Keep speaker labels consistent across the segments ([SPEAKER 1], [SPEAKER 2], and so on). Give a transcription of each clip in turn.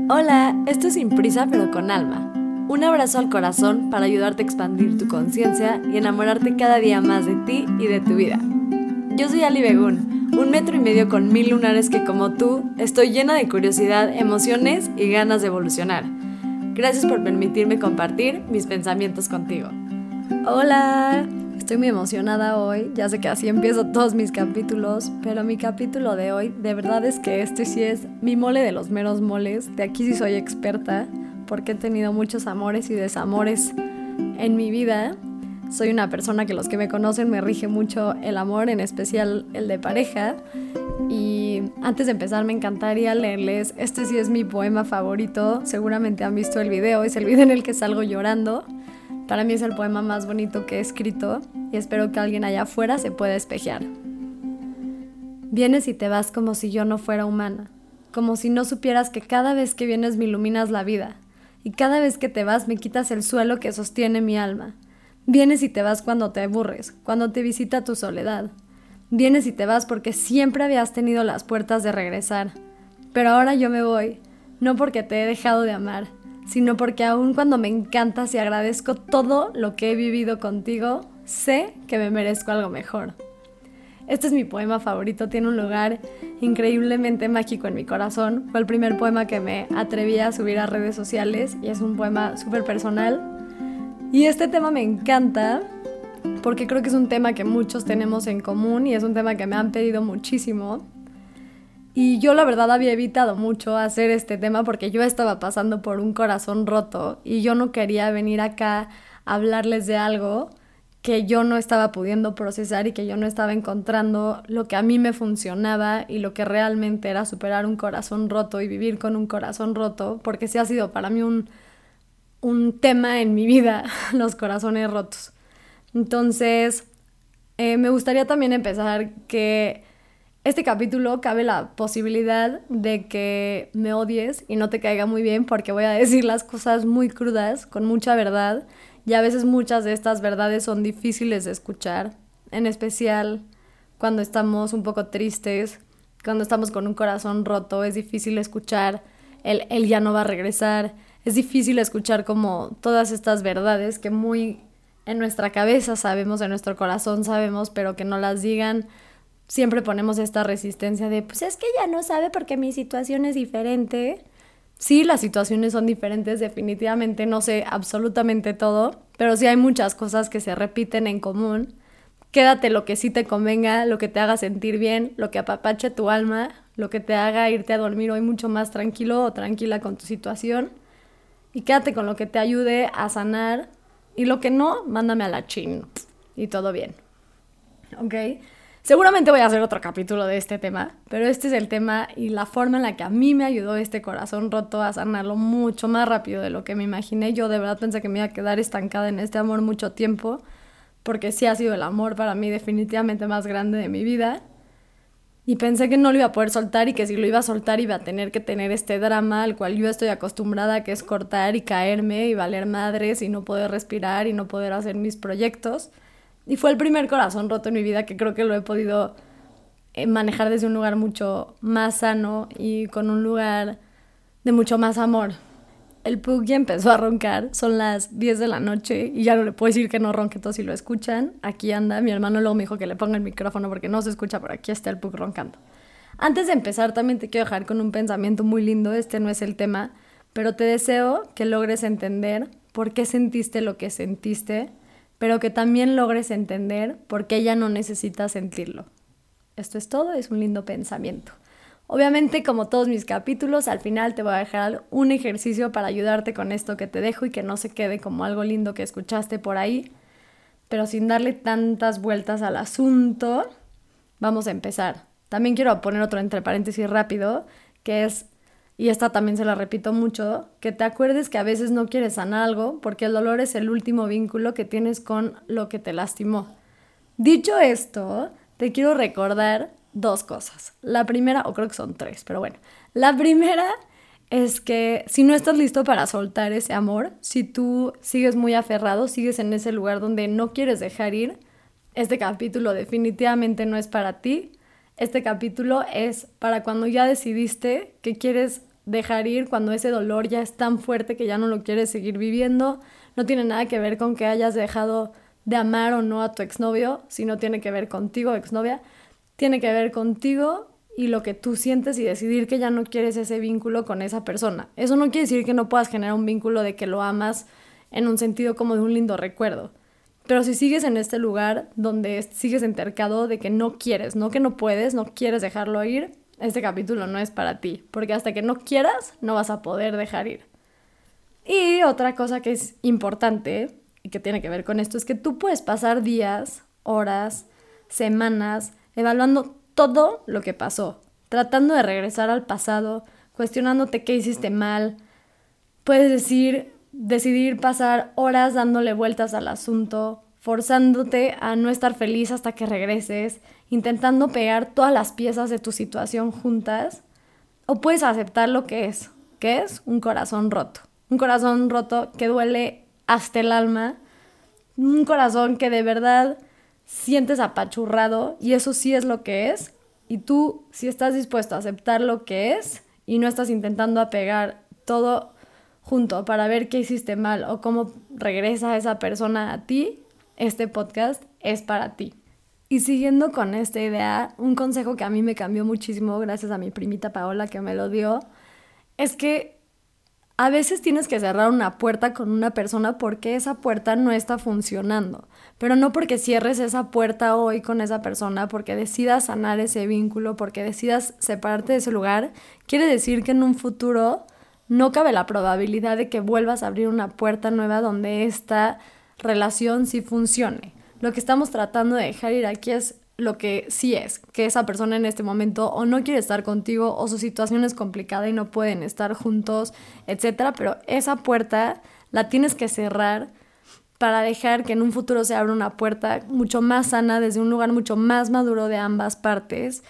[SPEAKER 1] Hola, esto es Sin Prisa pero con Alma. Un abrazo al corazón para ayudarte a expandir tu conciencia y enamorarte cada día más de ti y de tu vida. Yo soy Ali Begún, 1,5 metros con 1000 lunares que como tú, estoy llena de curiosidad, emociones y ganas de evolucionar. Gracias por permitirme compartir mis pensamientos contigo. Hola, estoy muy emocionada hoy, ya sé que así empiezo todos mis capítulos, pero mi capítulo de hoy, de verdad es que este sí es mi mole de los meros moles, de aquí sí soy experta, porque he tenido muchos amores y desamores en mi vida. Soy una persona que los que me conocen me rige mucho el amor, en especial el de pareja. Y antes de empezar me encantaría leerles, este sí es mi poema favorito, seguramente han visto el video, es el video en el que salgo llorando. Para mí es el poema más bonito que he escrito y espero que alguien allá afuera se pueda espejear. Vienes y te vas como si yo no fuera humana, como si no supieras que cada vez que vienes me iluminas la vida y cada vez que te vas me quitas el suelo que sostiene mi alma. Vienes y te vas cuando te aburres, cuando te visita tu soledad. Vienes y te vas porque siempre habías tenido las puertas de regresar. Pero ahora yo me voy, no porque te he dejado de amar, sino porque aun cuando me encantas y agradezco todo lo que he vivido contigo, sé que me merezco algo mejor. Este es mi poema favorito, tiene un lugar increíblemente mágico en mi corazón. Fue el primer poema que me atreví a subir a redes sociales y es un poema súper personal. Y este tema me encanta porque creo que es un tema que muchos tenemos en común y es un tema que me han pedido muchísimo. Y yo la verdad había evitado mucho hacer este tema porque yo estaba pasando por un corazón roto y yo no quería venir acá a hablarles de algo que yo no estaba pudiendo procesar y que yo no estaba encontrando lo que a mí me funcionaba y lo que realmente era superar un corazón roto y vivir con un corazón roto, porque sí ha sido para mí un tema en mi vida, los corazones rotos. Entonces, me gustaría también empezar que este capítulo cabe la posibilidad de que me odies y no te caiga muy bien porque voy a decir las cosas muy crudas, con mucha verdad, y a veces muchas de estas verdades son difíciles de escuchar, en especial cuando estamos un poco tristes, cuando estamos con un corazón roto, es difícil escuchar él ya no va a regresar, es difícil escuchar como todas estas verdades que muy en nuestra cabeza sabemos, en nuestro corazón sabemos, pero que no las digan. Siempre ponemos esta resistencia de, pues es que ella no sabe porque mi situación es diferente. Sí, las situaciones son diferentes, definitivamente no sé absolutamente todo, pero sí hay muchas cosas que se repiten en común. Quédate lo que sí te convenga, lo que te haga sentir bien, lo que apapache tu alma, lo que te haga irte a dormir hoy mucho más tranquilo o tranquila con tu situación. Y quédate con lo que te ayude a sanar y lo que no, mándame a la chin y todo bien. ¿Ok? Seguramente voy a hacer otro capítulo de este tema, pero este es el tema y la forma en la que a mí me ayudó este corazón roto a sanarlo mucho más rápido de lo que me imaginé. Yo de verdad pensé que me iba a quedar estancada en este amor mucho tiempo, porque sí ha sido el amor para mí definitivamente más grande de mi vida. Y pensé que no lo iba a poder soltar y que si lo iba a soltar iba a tener que tener este drama al cual yo estoy acostumbrada, que es cortar y caerme y valer madres y no poder respirar y no poder hacer mis proyectos. Y fue el primer corazón roto en mi vida que creo que lo he podido manejar desde un lugar mucho más sano y con un lugar de mucho más amor. El Pug ya empezó a roncar, son las 10 de la noche y ya no le puedo decir que no ronque todos si lo escuchan. Aquí anda, mi hermano luego me dijo que le ponga el micrófono porque no se escucha, pero aquí está el Pug roncando. Antes de empezar también te quiero dejar con un pensamiento muy lindo, este no es el tema, pero te deseo que logres entender por qué sentiste lo que sentiste, pero que también logres entender por qué ella no necesita sentirlo. Esto es todo, es un lindo pensamiento. Obviamente, como todos mis capítulos, al final te voy a dejar un ejercicio para ayudarte con esto que te dejo y que no se quede como algo lindo que escuchaste por ahí, pero sin darle tantas vueltas al asunto, vamos a empezar. También quiero poner otro entre paréntesis rápido, que es, y esta también se la repito mucho, que te acuerdes que a veces no quieres sanar algo porque el dolor es el último vínculo que tienes con lo que te lastimó. Dicho esto, te quiero recordar 2 cosas. La primera, o creo que son 3, pero bueno. La primera es que si no estás listo para soltar ese amor, si tú sigues muy aferrado, sigues en ese lugar donde no quieres dejar ir, este capítulo definitivamente no es para ti. Este capítulo es para cuando ya decidiste que quieres dejar ir cuando ese dolor ya es tan fuerte que ya no lo quieres seguir viviendo. No tiene nada que ver con que hayas dejado de amar o no a tu exnovio, sino tiene que ver contigo, exnovia. Tiene que ver contigo y lo que tú sientes y decidir que ya no quieres ese vínculo con esa persona. Eso no quiere decir que no puedas generar un vínculo de que lo amas en un sentido como de un lindo recuerdo. Pero si sigues en este lugar donde sigues entercado de que no quieres, no que no puedes, no quieres dejarlo ir, este capítulo no es para ti, porque hasta que no quieras no vas a poder dejar ir. Y otra cosa que es importante y que tiene que ver con esto es que tú puedes pasar días, horas, semanas evaluando todo lo que pasó, tratando de regresar al pasado, cuestionándote qué hiciste mal. Puedes decidir pasar horas dándole vueltas al asunto, forzándote a no estar feliz hasta que regreses, intentando pegar todas las piezas de tu situación juntas, o puedes aceptar lo que es un corazón roto. Un corazón roto que duele hasta el alma, un corazón que de verdad sientes apachurrado, y eso sí es lo que es. Y tú, si estás dispuesto a aceptar lo que es y no estás intentando apegar todo junto para ver qué hiciste mal o cómo regresa esa persona a ti, este podcast es para ti. Y siguiendo con esta idea, un consejo que a mí me cambió muchísimo gracias a mi primita Paola que me lo dio, es que a veces tienes que cerrar una puerta con una persona porque esa puerta no está funcionando. Pero no porque cierres esa puerta hoy con esa persona, porque decidas sanar ese vínculo, porque decidas separarte de ese lugar, quiere decir que en un futuro no cabe la probabilidad de que vuelvas a abrir una puerta nueva donde esta relación sí funcione. Lo que estamos tratando de dejar ir aquí es lo que sí es, que esa persona en este momento o no quiere estar contigo o su situación es complicada y no pueden estar juntos, etcétera, pero esa puerta la tienes que cerrar para dejar que en un futuro se abra una puerta mucho más sana desde un lugar mucho más maduro de ambas partes.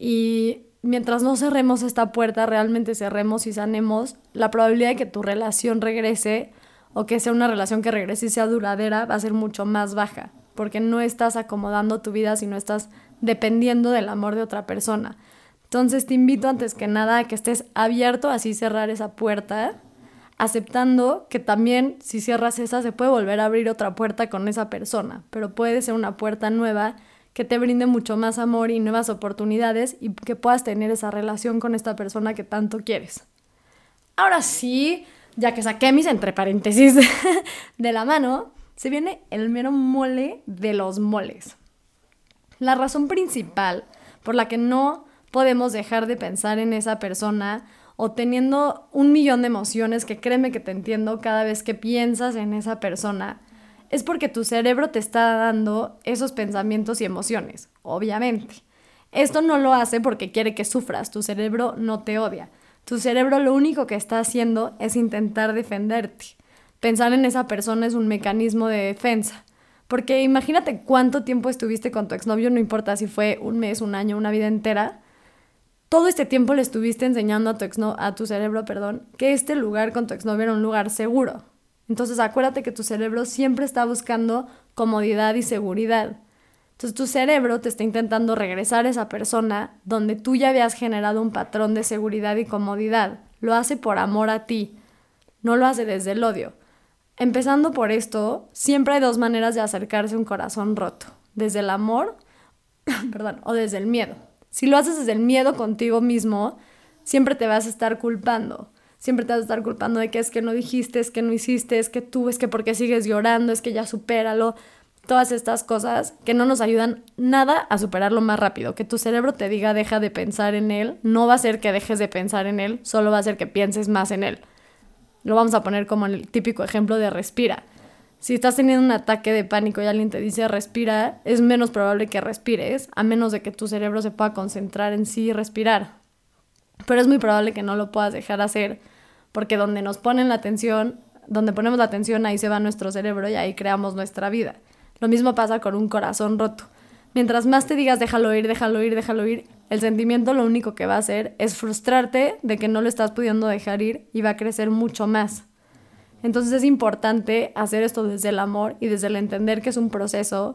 [SPEAKER 1] Y mientras no cerremos esta puerta, realmente cerremos y sanemos, la probabilidad de que tu relación regrese o que sea una relación que regrese y sea duradera va a ser mucho más baja, porque no estás acomodando tu vida, sino estás dependiendo del amor de otra persona. Entonces te invito antes que nada a que estés abierto a así cerrar esa puerta, aceptando que también si cierras esa se puede volver a abrir otra puerta con esa persona, pero puede ser una puerta nueva que te brinde mucho más amor y nuevas oportunidades y que puedas tener esa relación con esta persona que tanto quieres. Ahora sí, ya que saqué mis entre paréntesis de la mano, se viene el mero mole de los moles. La razón principal por la que no podemos dejar de pensar en esa persona o teniendo 1,000,000 de emociones, que créeme que te entiendo cada vez que piensas en esa persona, es porque tu cerebro te está dando esos pensamientos y emociones, obviamente. Esto no lo hace porque quiere que sufras, tu cerebro no te odia. Tu cerebro lo único que está haciendo es intentar defenderte. Pensar en esa persona es un mecanismo de defensa. Porque imagínate cuánto tiempo estuviste con tu exnovio, no importa si fue 1 mes, 1 año, una vida entera. Todo este tiempo le estuviste enseñando a tu cerebro, que este lugar con tu exnovio era un lugar seguro. Entonces acuérdate que tu cerebro siempre está buscando comodidad y seguridad. Entonces tu cerebro te está intentando regresar a esa persona donde tú ya habías generado un patrón de seguridad y comodidad. Lo hace por amor a ti, no lo hace desde el odio. Empezando por esto, siempre hay 2 maneras de acercarse a un corazón roto. Desde el amor, o desde el miedo. Si lo haces desde el miedo contigo mismo, siempre te vas a estar culpando. Siempre te vas a estar culpando de que es que no dijiste, es que no hiciste, es que tú, es que por qué sigues llorando, es que ya supéralo. Todas estas cosas que no nos ayudan nada a superarlo más rápido. Que tu cerebro te diga deja de pensar en él, no va a ser que dejes de pensar en él, solo va a ser que pienses más en él. Lo vamos a poner como el típico ejemplo de respira. Si estás teniendo un ataque de pánico y alguien te dice respira, es menos probable que respires, a menos de que tu cerebro se pueda concentrar en sí y respirar. Pero es muy probable que no lo puedas dejar hacer, porque donde ponemos la atención, ahí se va nuestro cerebro y ahí creamos nuestra vida. Lo mismo pasa con un corazón roto. Mientras más te digas déjalo ir, déjalo ir, déjalo ir, el sentimiento lo único que va a hacer es frustrarte de que no lo estás pudiendo dejar ir y va a crecer mucho más. Entonces es importante hacer esto desde el amor y desde el entender que es un proceso,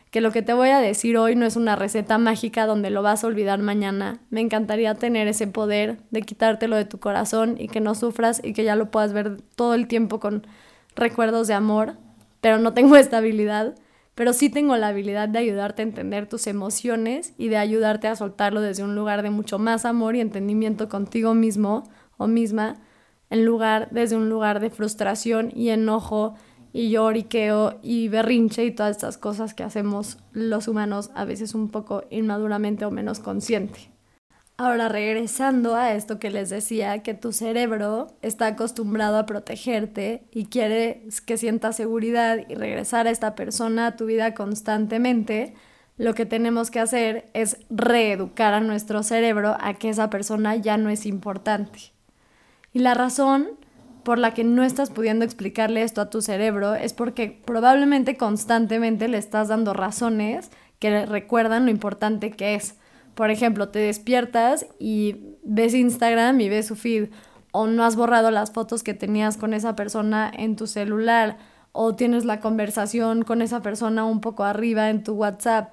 [SPEAKER 1] que lo que te voy a decir hoy no es una receta mágica donde lo vas a olvidar mañana. Me encantaría tener ese poder de quitártelo de tu corazón y que no sufras y que ya lo puedas ver todo el tiempo con recuerdos de amor, pero no tengo esta habilidad. Pero sí tengo la habilidad de ayudarte a entender tus emociones y de ayudarte a soltarlo desde un lugar de mucho más amor y entendimiento contigo mismo o misma, desde un lugar de frustración y enojo y lloriqueo y berrinche y todas estas cosas que hacemos los humanos a veces un poco inmaduramente o menos consciente. Ahora, regresando a esto que les decía, que tu cerebro está acostumbrado a protegerte y quiere que sientas seguridad y regresar a esta persona a tu vida constantemente, lo que tenemos que hacer es reeducar a nuestro cerebro a que esa persona ya no es importante. Y la razón por la que no estás pudiendo explicarle esto a tu cerebro es porque probablemente constantemente le estás dando razones que le recuerdan lo importante que es. Por ejemplo, te despiertas y ves Instagram y ves su feed, o no has borrado las fotos que tenías con esa persona en tu celular, o tienes la conversación con esa persona un poco arriba en tu WhatsApp,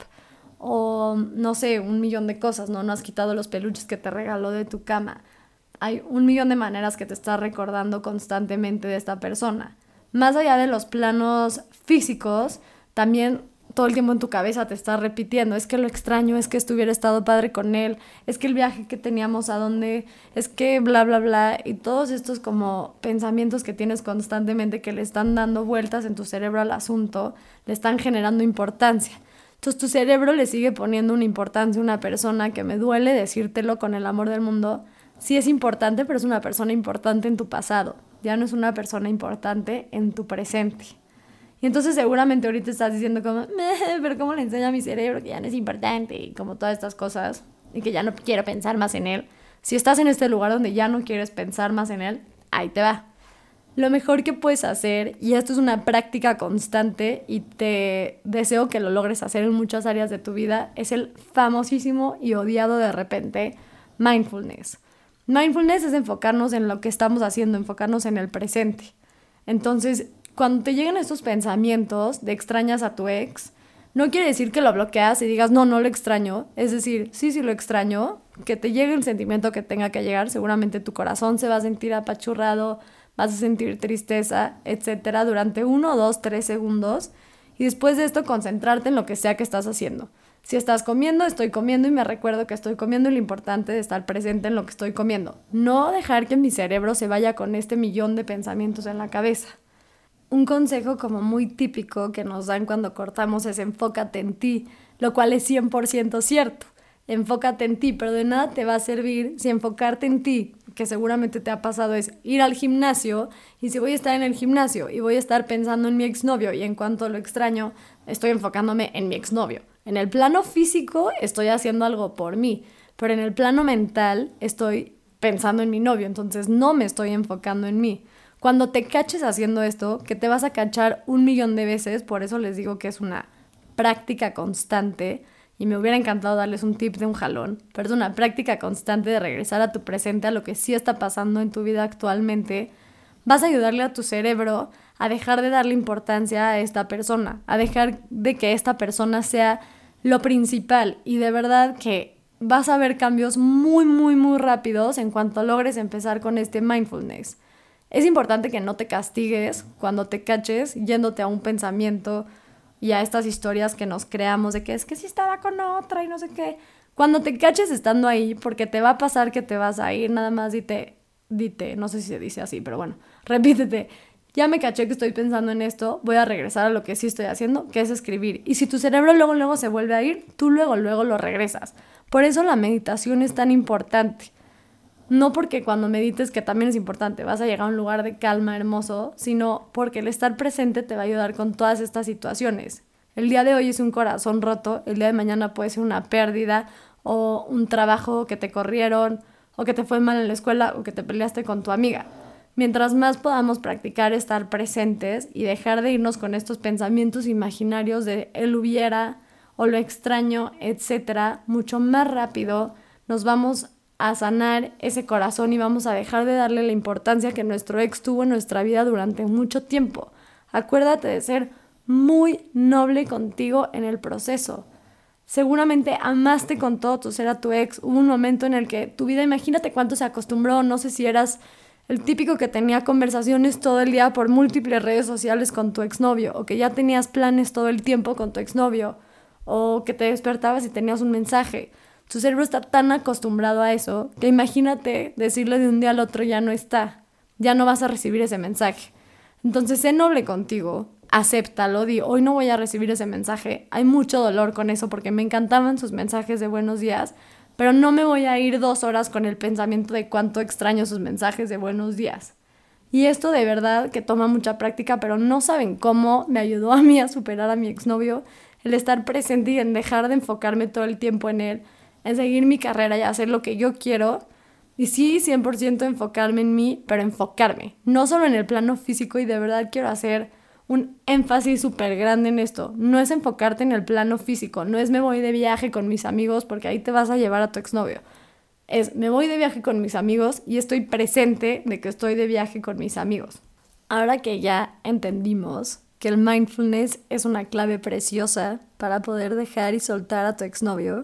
[SPEAKER 1] o no sé, un millón de cosas, ¿no? No has quitado los peluches que te regaló de tu cama. Hay un millón de maneras que te estás recordando constantemente de esta persona. Más allá de los planos físicos, también todo el tiempo en tu cabeza te estás repitiendo, es que lo extraño, es que estuviera estado padre con él, es que el viaje que teníamos a dónde, es que bla, bla, bla, y todos estos como pensamientos que tienes constantemente que le están dando vueltas en tu cerebro al asunto, le están generando importancia. Entonces tu cerebro le sigue poniendo una importancia a una persona que me duele decírtelo con el amor del mundo. Sí es importante, pero es una persona importante en tu pasado, ya no es una persona importante en tu presente. Y entonces seguramente ahorita estás diciendo como, pero ¿cómo le enseño a mi cerebro que ya no es importante? Y como todas estas cosas, y que ya no quiero pensar más en él. Si estás en este lugar donde ya no quieres pensar más en él, ahí te va. Lo mejor que puedes hacer, y esto es una práctica constante y te deseo que lo logres hacer en muchas áreas de tu vida, es el famosísimo y odiado de repente mindfulness. Mindfulness es enfocarnos en lo que estamos haciendo, enfocarnos en el presente. Entonces, cuando te llegan estos pensamientos de extrañas a tu ex, no quiere decir que lo bloqueas y digas, no lo extraño. Es decir, sí lo extraño, que te llegue el sentimiento que tenga que llegar. Seguramente tu corazón se va a sentir apachurrado, vas a sentir tristeza, etcétera, durante 1, 2, 3 segundos. Y después de esto, concentrarte en lo que sea que estás haciendo. Si estás comiendo, estoy comiendo y me recuerdo que estoy comiendo y lo importante de estar presente en lo que estoy comiendo. No dejar que mi cerebro se vaya con este millón de pensamientos en la cabeza. Un consejo como muy típico que nos dan cuando cortamos es enfócate en ti, lo cual es 100% cierto. Enfócate en ti, pero de nada te va a servir si enfocarte en ti, que seguramente te ha pasado, es ir al gimnasio, y si voy a estar en el gimnasio y voy a estar pensando en mi exnovio y en cuanto lo extraño, estoy enfocándome en mi exnovio. En el plano físico estoy haciendo algo por mí, pero en el plano mental estoy pensando en mi novio, entonces no me estoy enfocando en mí. Cuando te caches haciendo esto, que te vas a cachar 1,000,000 de veces, por eso les digo que es una práctica constante, y me hubiera encantado darles un tip de un jalón, pero es una práctica constante de regresar a tu presente, a lo que sí está pasando en tu vida actualmente. Vas a ayudarle a tu cerebro a dejar de darle importancia a esta persona, a dejar de que esta persona sea lo principal, y de verdad que vas a ver cambios muy, muy, muy rápidos en cuanto logres empezar con este mindfulness. Es importante que no te castigues cuando te caches yéndote a un pensamiento y a estas historias que nos creamos de que es que si estaba con otra y no sé qué. Cuando te caches estando ahí, porque te va a pasar que te vas a ir, nada más dite, no sé si se dice así, pero bueno, repítete, ya me caché que estoy pensando en esto, voy a regresar a lo que sí estoy haciendo, que es escribir. Y si tu cerebro luego se vuelve a ir, tú luego lo regresas. Por eso la meditación es tan importante. No porque cuando medites, que también es importante, vas a llegar a un lugar de calma hermoso, sino porque el estar presente te va a ayudar con todas estas situaciones. El día de hoy es un corazón roto, el día de mañana puede ser una pérdida o un trabajo que te corrieron o que te fue mal en la escuela o que te peleaste con tu amiga. Mientras más podamos practicar estar presentes y dejar de irnos con estos pensamientos imaginarios de él hubiera o lo extraño, etcétera, mucho más rápido nos vamos a sanar ese corazón y vamos a dejar de darle la importancia que nuestro ex tuvo en nuestra vida durante mucho tiempo. Acuérdate de ser muy noble contigo en el proceso. Seguramente amaste con todo tu ser a tu ex. Hubo un momento en el que tu vida, imagínate cuánto se acostumbró, no sé si eras el típico que tenía conversaciones todo el día por múltiples redes sociales con tu exnovio, o que ya tenías planes todo el tiempo con tu exnovio, o que te despertabas y tenías un mensaje. Tu cerebro está tan acostumbrado a eso que imagínate decirle de un día al otro ya no está, ya no vas a recibir ese mensaje. Entonces sé noble contigo, acéptalo, di hoy no voy a recibir ese mensaje. Hay mucho dolor con eso porque me encantaban sus mensajes de buenos días, pero no me voy a ir 2 horas con el pensamiento de cuánto extraño sus mensajes de buenos días. Y esto de verdad que toma mucha práctica, pero no saben cómo me ayudó a mí a superar a mi exnovio, el estar presente y en dejar de enfocarme todo el tiempo en él, en seguir mi carrera y hacer lo que yo quiero. Y sí, 100% enfocarme en mí, pero enfocarme, no solo en el plano físico, y de verdad quiero hacer un énfasis súper grande en esto. No es enfocarte en el plano físico, no es me voy de viaje con mis amigos porque ahí te vas a llevar a tu exnovio. Es me voy de viaje con mis amigos y estoy presente de que estoy de viaje con mis amigos. Ahora que ya entendimos que el mindfulness es una clave preciosa para poder dejar y soltar a tu exnovio,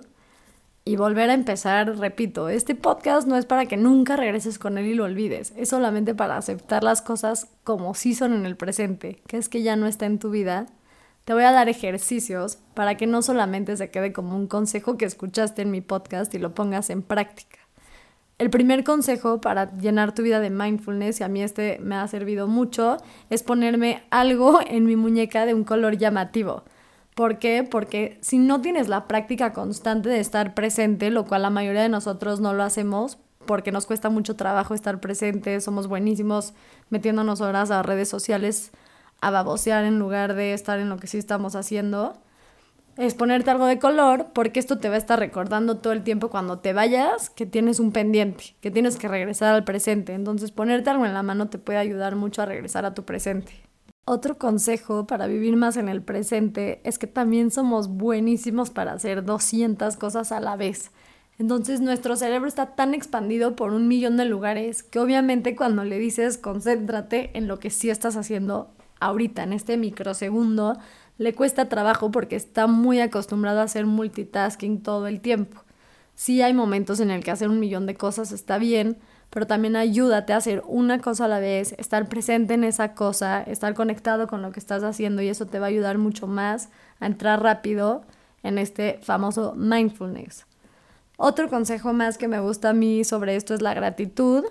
[SPEAKER 1] y volver a empezar, repito, este podcast no es para que nunca regreses con él y lo olvides, es solamente para aceptar las cosas como sí son en el presente, que es que ya no está en tu vida. Te voy a dar ejercicios para que no solamente se quede como un consejo que escuchaste en mi podcast y lo pongas en práctica. El primer consejo para llenar tu vida de mindfulness, y a mí este me ha servido mucho, es ponerme algo en mi muñeca de un color llamativo. ¿Por qué? Porque si no tienes la práctica constante de estar presente, lo cual la mayoría de nosotros no lo hacemos porque nos cuesta mucho trabajo estar presentes, somos buenísimos metiéndonos horas a redes sociales a babosear en lugar de estar en lo que sí estamos haciendo, es ponerte algo de color, porque esto te va a estar recordando todo el tiempo cuando te vayas que tienes un pendiente, que tienes que regresar al presente. Entonces ponerte algo en la mano te puede ayudar mucho a regresar a tu presente. Otro consejo para vivir más en el presente es que también somos buenísimos para hacer 200 cosas a la vez. Entonces nuestro cerebro está tan expandido por 1,000,000 de lugares que obviamente cuando le dices concéntrate en lo que sí estás haciendo ahorita, en este microsegundo, le cuesta trabajo porque está muy acostumbrado a hacer multitasking todo el tiempo. Sí hay momentos en el que hacer 1,000,000 de cosas está bien, pero también ayúdate a hacer una cosa a la vez, estar presente en esa cosa, estar conectado con lo que estás haciendo, y eso te va a ayudar mucho más a entrar rápido en este famoso mindfulness. Otro consejo más que me gusta a mí sobre esto es la gratitud.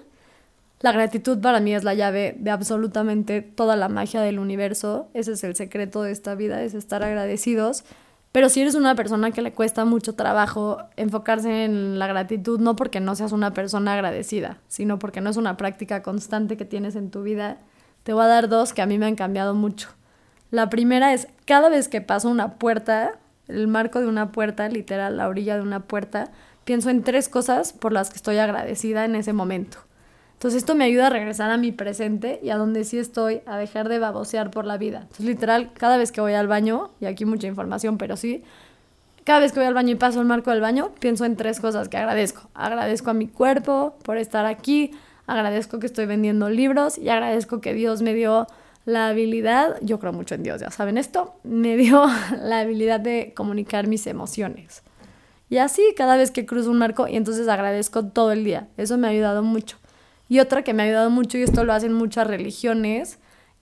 [SPEAKER 1] La gratitud para mí es la llave de absolutamente toda la magia del universo. Ese es el secreto de esta vida, es estar agradecidos. Pero si eres una persona que le cuesta mucho trabajo enfocarse en la gratitud, no porque no seas una persona agradecida, sino porque no es una práctica constante que tienes en tu vida, te voy a dar 2 que a mí me han cambiado mucho. La primera es, cada vez que paso una puerta, el marco de una puerta, literal, la orilla de una puerta, pienso en 3 cosas por las que estoy agradecida en ese momento. Entonces esto me ayuda a regresar a mi presente y a donde sí estoy, a dejar de babosear por la vida. Entonces literal, cada vez que voy al baño, y aquí mucha información, pero sí, cada vez que voy al baño y paso el marco del baño, pienso en 3 cosas que agradezco. Agradezco a mi cuerpo por estar aquí, agradezco que estoy vendiendo libros y agradezco que Dios me dio la habilidad, yo creo mucho en Dios, ya saben esto, me dio la habilidad de comunicar mis emociones. Y así cada vez que cruzo un marco, y entonces agradezco todo el día. Eso me ha ayudado mucho. Y otra que me ha ayudado mucho, y esto lo hacen muchas religiones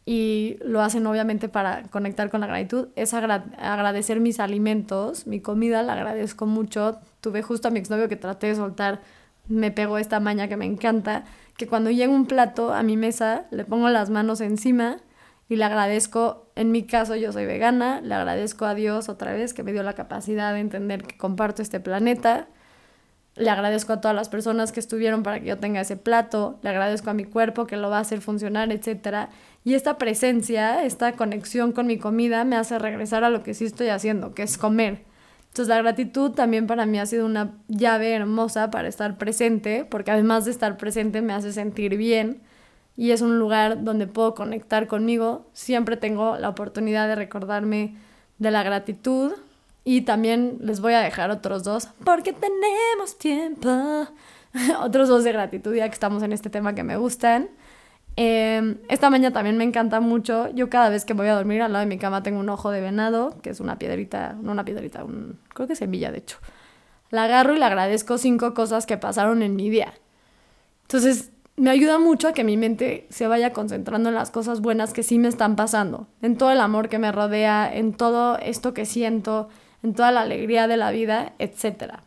[SPEAKER 1] y lo hacen obviamente para conectar con la gratitud, es agradecer mis alimentos, mi comida, la agradezco mucho. Tuve justo a mi exnovio que traté de soltar, me pegó esta maña que me encanta, que cuando llega un plato a mi mesa, le pongo las manos encima y le agradezco. En mi caso yo soy vegana, le agradezco a Dios otra vez que me dio la capacidad de entender que comparto este planeta. Le agradezco a todas las personas que estuvieron para que yo tenga ese plato, le agradezco a mi cuerpo que lo va a hacer funcionar, etc. Y esta presencia, esta conexión con mi comida me hace regresar a lo que sí estoy haciendo, que es comer. Entonces la gratitud también para mí ha sido una llave hermosa para estar presente, porque además de estar presente me hace sentir bien y es un lugar donde puedo conectar conmigo. Siempre tengo la oportunidad de recordarme de la gratitud. Y también les voy a dejar otros 2, porque tenemos tiempo. Otros 2 de gratitud, ya que estamos en este tema que me gustan. Esta maña también me encanta mucho. Yo cada vez que voy a dormir al lado de mi cama tengo un ojo de venado, que es una piedrita, no una piedrita, creo que es semilla de hecho. La agarro y le agradezco 5 cosas que pasaron en mi día. Entonces me ayuda mucho a que mi mente se vaya concentrando en las cosas buenas que sí me están pasando, en todo el amor que me rodea, en todo esto que siento, en toda la alegría de la vida, etc.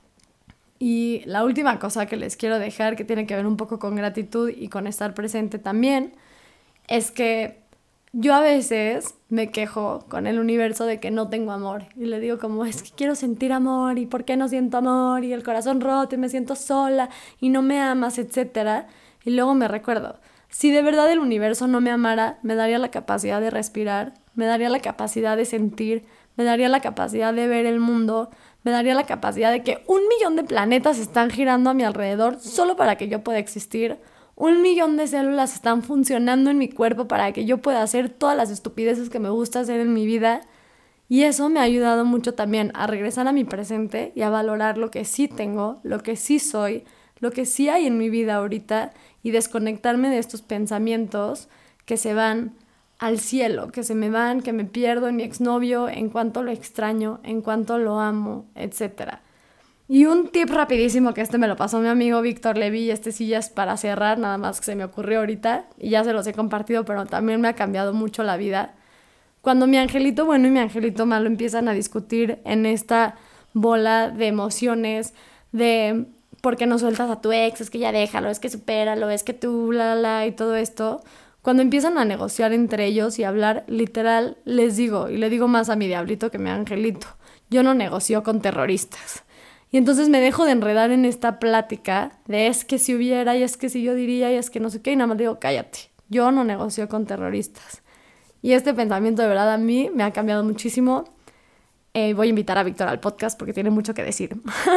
[SPEAKER 1] Y la última cosa que les quiero dejar, que tiene que ver un poco con gratitud y con estar presente también, es que yo a veces me quejo con el universo de que no tengo amor. Y le digo como, es que quiero sentir amor, y ¿por qué no siento amor? Y el corazón roto, y me siento sola, y no me amas, etc. Y luego me recuerdo, si de verdad el universo no me amara, me daría la capacidad de respirar, me daría la capacidad de sentir, me daría la capacidad de ver el mundo, me daría la capacidad de que 1.000.000 de planetas están girando a mi alrededor solo para que yo pueda existir. 1.000.000 de células están funcionando en mi cuerpo para que yo pueda hacer todas las estupideces que me gusta hacer en mi vida. Y eso me ha ayudado mucho también a regresar a mi presente y a valorar lo que sí tengo, lo que sí soy, lo que sí hay en mi vida ahorita y desconectarme de estos pensamientos que se van al cielo, que se me van, que me pierdo en mi exnovio, en cuanto lo extraño, en cuanto lo amo, etc. Y un tip rapidísimo, que me lo pasó mi amigo Víctor Levy, y sí ya es para cerrar, nada más que se me ocurrió ahorita, y ya se los he compartido, pero también me ha cambiado mucho la vida. Cuando mi angelito bueno y mi angelito malo empiezan a discutir en esta bola de emociones, de por qué no sueltas a tu ex, es que ya déjalo, es que supéralo, es que tú, y todo esto. Cuando empiezan a negociar entre ellos y hablar, literal, les digo, y le digo más a mi diablito que a mi angelito, yo no negocio con terroristas. Y entonces me dejo de enredar en esta plática de es que si hubiera, y es que si yo diría, y es que no sé qué, y nada más digo, cállate, yo no negocio con terroristas. Y este pensamiento de verdad a mí me ha cambiado muchísimo. Voy a invitar a Víctor al podcast porque tiene mucho que decir.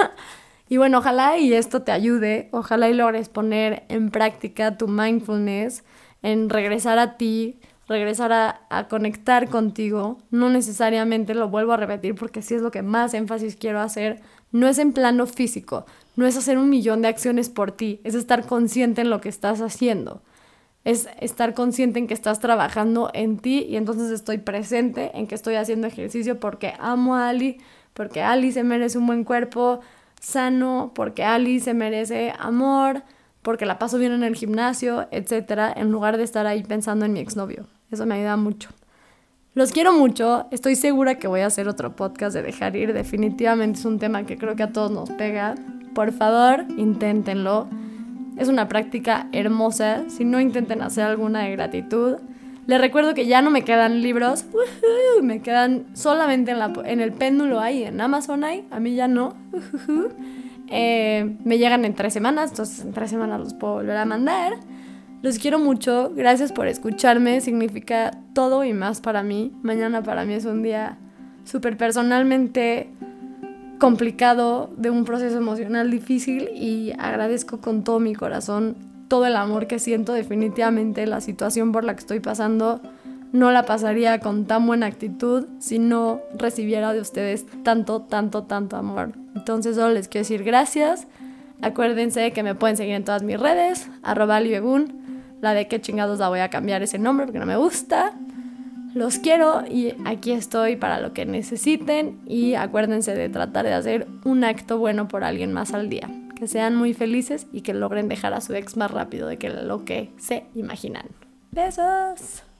[SPEAKER 1] Y bueno, ojalá y esto te ayude, ojalá y logres poner en práctica tu mindfulness, en regresar a ti, regresar a conectar contigo. No necesariamente, lo vuelvo a repetir porque sí es lo que más énfasis quiero hacer, no es en plano físico, no es hacer 1.000.000 de acciones por ti, es estar consciente en lo que estás haciendo, es estar consciente en que estás trabajando en ti, y entonces estoy presente en que estoy haciendo ejercicio porque amo a Ali, porque Ali se merece un buen cuerpo sano, porque Ali se merece amor, porque la paso bien en el gimnasio, etcétera, en lugar de estar ahí pensando en mi exnovio. Eso me ayuda mucho. Los quiero mucho, estoy segura que voy a hacer otro podcast de dejar ir, definitivamente es un tema que creo que a todos nos pega. Por favor, inténtenlo. Es una práctica hermosa, si no intenten hacer alguna de gratitud. Les recuerdo que ya no me quedan libros, me quedan solamente en el péndulo hay, en Amazon hay, a mí ya no. Me llegan en 3 semanas, entonces en 3 semanas los puedo volver a mandar. Los quiero mucho, gracias por escucharme, significa todo y más para mí. Mañana para mí es un día súper personalmente complicado, de un proceso emocional difícil, y agradezco con todo mi corazón todo el amor que siento. Definitivamente la situación por la que estoy pasando no la pasaría con tan buena actitud si no recibiera de ustedes tanto amor. Entonces solo les quiero decir gracias. Acuérdense que me pueden seguir en todas mis redes, @alibegun. La de qué chingados la voy a cambiar ese nombre porque no me gusta. Los quiero y aquí estoy para lo que necesiten, y acuérdense de tratar de hacer un acto bueno por alguien más al día. Que sean muy felices y que logren dejar a su ex más rápido de lo que se imaginan. ¡Besos!